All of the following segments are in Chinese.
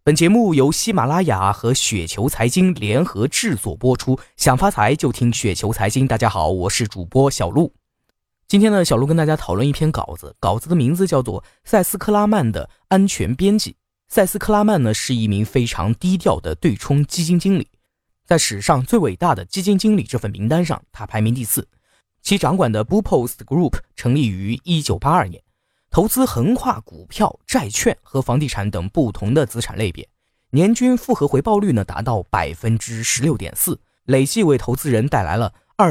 本节目由喜马拉雅和雪球财经联合制作播出，想发财就听雪球财经。大家好，我是主播小璐。今天呢，小璐跟大家讨论一篇稿子的名字叫做塞斯克拉曼的安全边际。塞斯克拉曼呢是一名非常低调的对冲基金经理，在史上最伟大的基金经理这份名单上，他排名第4。其掌管的 Bluepost Group 成立于1982年，投资横跨股票、债券和房地产等不同的资产类别，年均复合回报率呢达到 16.4%， 累计为投资人带来了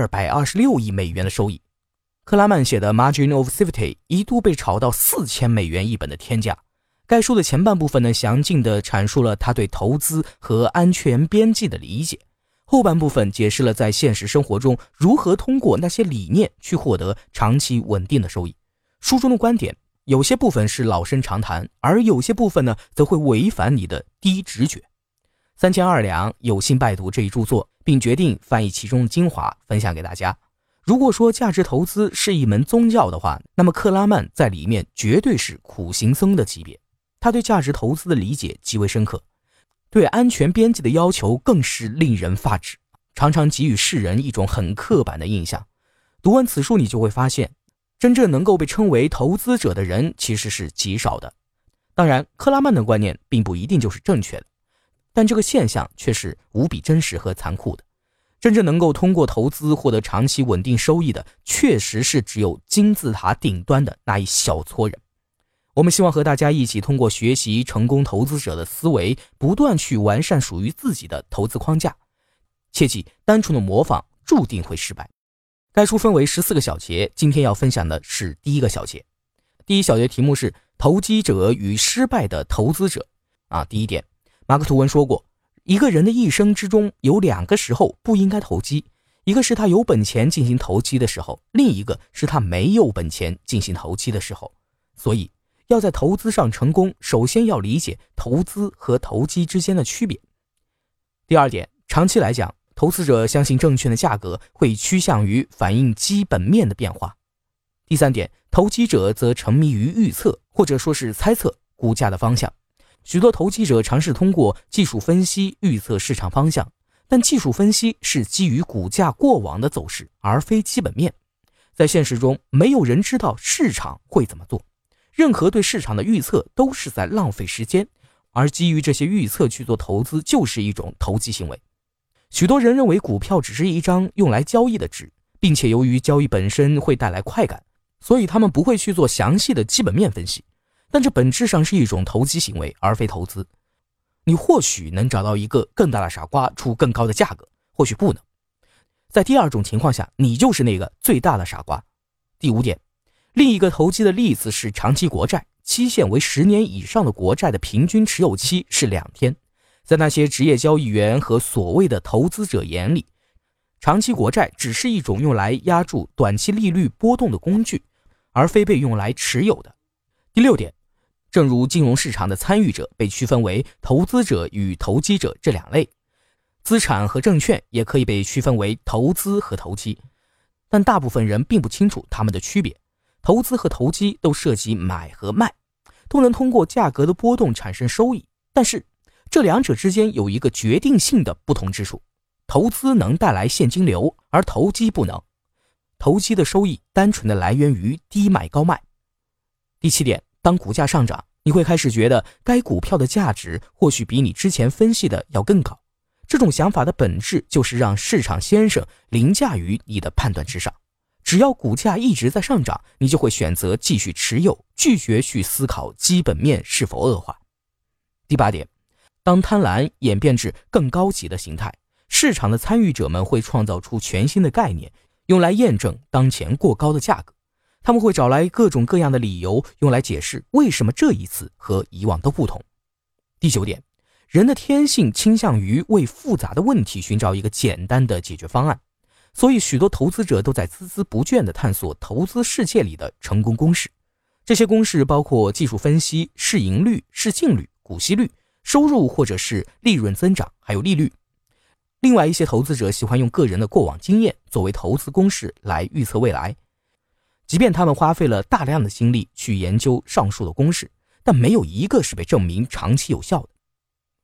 226亿美元的收益。克拉曼写的 Margin of Safety 一度被炒到4000美元一本的天价。该书的前半部分呢，详尽地阐述了他对投资和安全边际的理解，后半部分解释了在现实生活中如何通过那些理念去获得长期稳定的收益。书中的观点有些部分是老生常谈，而有些部分呢则会违反你的第一直觉。3200两有幸拜读这一著作，并决定翻译其中的精华分享给大家。如果说价值投资是一门宗教的话，那么克拉曼在里面绝对是苦行僧的级别。他对价值投资的理解极为深刻，对安全边际的要求更是令人发指，常常给予世人一种很刻板的印象。读完此书，你就会发现真正能够被称为投资者的人其实是极少的。当然，克拉曼的观念并不一定就是正确的，但这个现象却是无比真实和残酷的。真正能够通过投资获得长期稳定收益的，确实是只有金字塔顶端的那一小撮人。我们希望和大家一起通过学习成功投资者的思维，不断去完善属于自己的投资框架。切记，单纯的模仿注定会失败。该书分为14个小节，今天要分享的是第一个小节。第一小节题目是投机者与失败的投资者。第一点，马克吐温说过，一个人的一生之中有2个时候不应该投机，一个是他有本钱进行投机的时候，另一个是他没有本钱进行投机的时候。所以要在投资上成功，首先要理解投资和投机之间的区别。第二点，长期来讲，投资者相信证券的价格会趋向于反映基本面的变化。第三点，投机者则沉迷于预测，或者说是猜测股价的方向。许多投机者尝试通过技术分析预测市场方向，但技术分析是基于股价过往的走势，而非基本面。在现实中，没有人知道市场会怎么做，任何对市场的预测都是在浪费时间，而基于这些预测去做投资就是一种投机行为。许多人认为股票只是一张用来交易的纸，并且由于交易本身会带来快感，所以他们不会去做详细的基本面分析，但这本质上是一种投机行为，而非投资。你或许能找到一个更大的傻瓜出更高的价格，或许不能。在第二种情况下，你就是那个最大的傻瓜。第5点，另一个投机的例子是长期国债，期限为10年以上的国债的平均持有期是2天。在那些职业交易员和所谓的投资者眼里，长期国债只是一种用来压住短期利率波动的工具，而非被用来持有的。第6点，正如金融市场的参与者被区分为投资者与投机者这2类，资产和证券也可以被区分为投资和投机，但大部分人并不清楚它们的区别。投资和投机都涉及买和卖，都能通过价格的波动产生收益，但是这2者之间有一个决定性的不同之处，投资能带来现金流，而投机不能。投机的收益单纯的来源于低买高卖。第7点，当股价上涨，你会开始觉得该股票的价值或许比你之前分析的要更高。这种想法的本质就是让市场先生凌驾于你的判断之上。只要股价一直在上涨，你就会选择继续持有，拒绝去思考基本面是否恶化。第8点，当贪婪演变至更高级的形态，市场的参与者们会创造出全新的概念，用来验证当前过高的价格。他们会找来各种各样的理由，用来解释为什么这一次和以往都不同。第9点，人的天性倾向于为复杂的问题寻找一个简单的解决方案，所以许多投资者都在孜孜不倦地探索投资世界里的成功公式。这些公式包括技术分析、市盈率、市净率、股息率、收入或者是利润增长，还有利率。另外一些投资者喜欢用个人的过往经验作为投资公式来预测未来，即便他们花费了大量的精力去研究上述的公式，但没有一个是被证明长期有效的。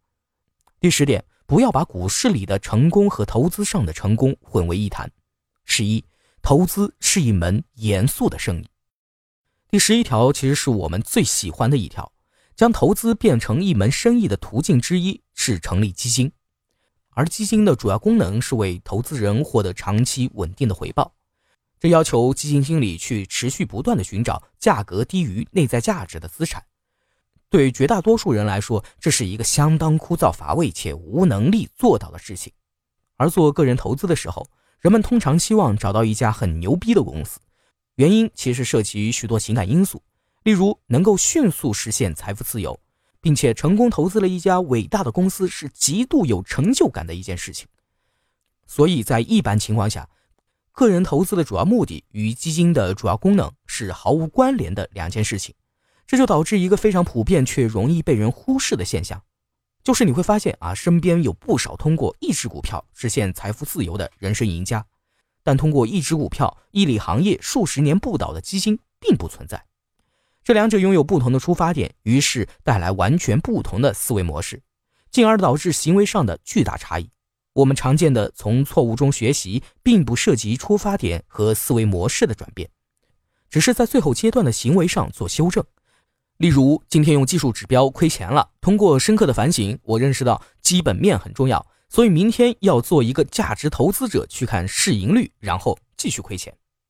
第10点，不要把股市里的成功和投资上的成功混为一谈。11，投资是一门严肃的生意。第11条其实是我们最喜欢的一条，将投资变成一门生意的途径之一是成立基金，而基金的主要功能是为投资人获得长期稳定的回报。这要求基金经理去持续不断地寻找价格低于内在价值的资产。对绝大多数人来说，这是一个相当枯燥乏味且无能力做到的事情。而做个人投资的时候，人们通常希望找到一家很牛逼的公司，原因其实涉及许多情感因素，例如能够迅速实现财富自由，并且成功投资了一家伟大的公司是极度有成就感的一件事情。所以在一般情况下，个人投资的主要目的与基金的主要功能是毫无关联的两件事情。这就导致一个非常普遍却容易被人忽视的现象，就是你会发现身边有不少通过一只股票实现财富自由的人生赢家，但通过一只股票屹立行业数十年不倒的基金并不存在。这两者拥有不同的出发点，于是带来完全不同的思维模式，进而导致行为上的巨大差异。我们常见的从错误中学习，并不涉及出发点和思维模式的转变，只是在最后阶段的行为上做修正。例如，今天用技术指标亏钱了，通过深刻的反省，我认识到基本面很重要，所以明天要做一个价值投资者，去看市盈率，然后继续亏钱。